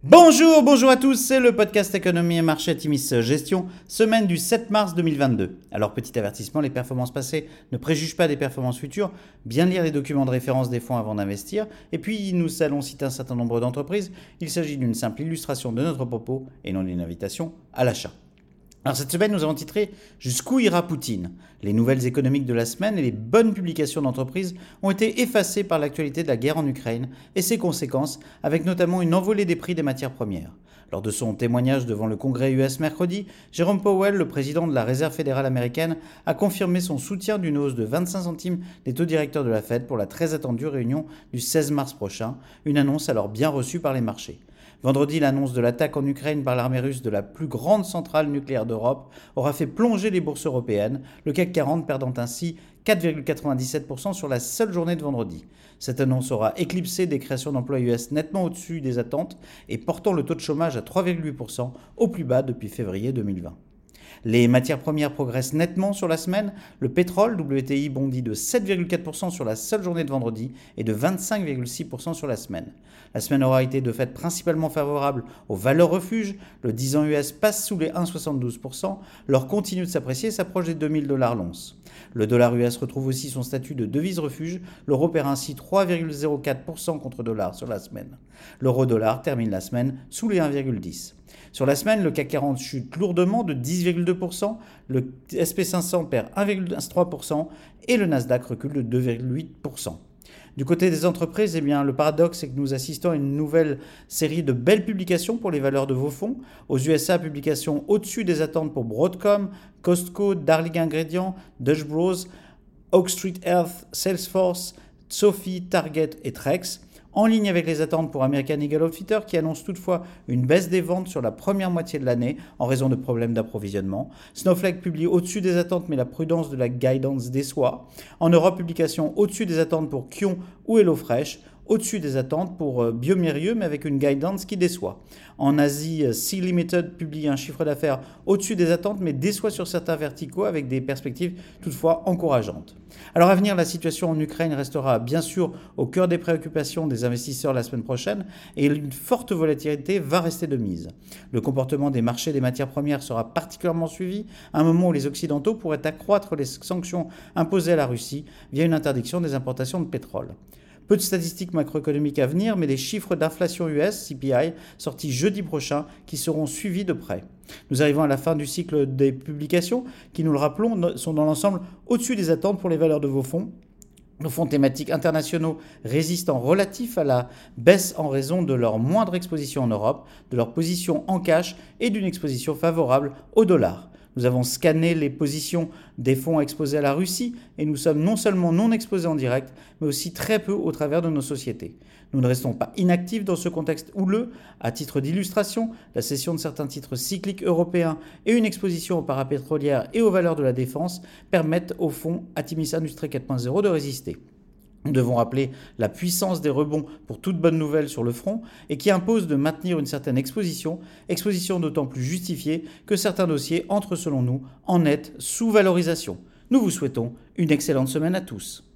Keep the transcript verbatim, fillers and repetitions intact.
Bonjour, bonjour à tous, c'est le podcast Économie et Marché Timis Gestion, semaine du sept mars deux mille vingt-deux. Alors petit avertissement, les performances passées ne préjugent pas des performances futures, bien lire les documents de référence des fonds avant d'investir, et puis nous allons citer un certain nombre d'entreprises, il s'agit d'une simple illustration de notre propos et non d'une invitation à l'achat. Alors cette semaine, nous avons titré « Jusqu'où ira Poutine ?» Les nouvelles économiques de la semaine et les bonnes publications d'entreprises ont été effacées par l'actualité de la guerre en Ukraine et ses conséquences, avec notamment une envolée des prix des matières premières. Lors de son témoignage devant le Congrès U S mercredi, Jérôme Powell, le président de la Réserve fédérale américaine, a confirmé son soutien d'une hausse de vingt-cinq centimes des taux directeurs de la Fed pour la très attendue réunion du seize mars prochain, une annonce alors bien reçue par les marchés. Vendredi, l'annonce de l'attaque en Ukraine par l'armée russe de la plus grande centrale nucléaire d'Europe aura fait plonger les bourses européennes, le C A C quarante perdant ainsi quatre virgule quatre-vingt-dix-sept pour cent sur la seule journée de vendredi. Cette annonce aura éclipsé des créations d'emplois U S nettement au-dessus des attentes et portant le taux de chômage à trois virgule huit pour cent, au plus bas depuis février deux mille vingt. Les matières premières progressent nettement sur la semaine. Le pétrole, W T I, bondit de sept virgule quatre pour cent sur la seule journée de vendredi et de vingt-cinq virgule six pour cent sur la semaine. La semaine aura été de fait principalement favorable aux valeurs refuges. Le dix ans U S passe sous les un virgule soixante-douze pour cent. L'or continue de s'apprécier et s'approche des deux mille dollars l'once. Le dollar U S retrouve aussi son statut de devise refuge. L'euro perd ainsi trois virgule zéro quatre pour cent contre dollar sur la semaine. L'euro-dollar termine la semaine sous les un virgule dix. Sur la semaine, le C A C quarante chute lourdement de dix virgule deux pour cent, le S P cinq cents perd un virgule trois pour cent et le Nasdaq recule de deux virgule huit pour cent. Du côté des entreprises, eh bien, le paradoxe est que nous assistons à une nouvelle série de belles publications pour les valeurs de vos fonds. Aux U S A, publications au-dessus des attentes pour Broadcom, Costco, Darling Ingredients, Dutch Bros, Oak Street Health, Salesforce, Sophie, Target et Trex. En ligne avec les attentes pour American Eagle Outfitter qui annonce toutefois une baisse des ventes sur la première moitié de l'année en raison de problèmes d'approvisionnement. Snowflake publie au-dessus des attentes mais la prudence de la guidance déçoit. En Europe, publication au-dessus des attentes pour Kion ou HelloFresh. Au-dessus des attentes pour Biomérieux, mais avec une guidance qui déçoit. En Asie, Sea Limited publie un chiffre d'affaires au-dessus des attentes, mais déçoit sur certains verticaux avec des perspectives toutefois encourageantes. Alors à venir, la situation en Ukraine restera bien sûr au cœur des préoccupations des investisseurs la semaine prochaine et une forte volatilité va rester de mise. Le comportement des marchés des matières premières sera particulièrement suivi à un moment où les Occidentaux pourraient accroître les sanctions imposées à la Russie via une interdiction des importations de pétrole. Peu de statistiques macroéconomiques à venir, mais des chiffres d'inflation U S, C P I, sortis jeudi prochain, qui seront suivis de près. Nous arrivons à la fin du cycle des publications, qui, nous le rappelons, sont dans l'ensemble au-dessus des attentes pour les valeurs de vos fonds. Nos fonds thématiques internationaux résistent en relatif à la baisse en raison de leur moindre exposition en Europe, de leur position en cash et d'une exposition favorable au dollar. Nous avons scanné les positions des fonds exposés à la Russie et nous sommes non seulement non exposés en direct, mais aussi très peu au travers de nos sociétés. Nous ne restons pas inactifs dans ce contexte houleux. À titre d'illustration, la cession de certains titres cycliques européens et une exposition aux parapétrolières et aux valeurs de la défense permettent au fonds Atimis Industrie quatre point zéro de résister. Nous devons rappeler la puissance des rebonds pour toute bonne nouvelle sur le front et qui impose de maintenir une certaine exposition, exposition d'autant plus justifiée que certains dossiers entrent selon nous en nette sous-valorisation. Nous vous souhaitons une excellente semaine à tous.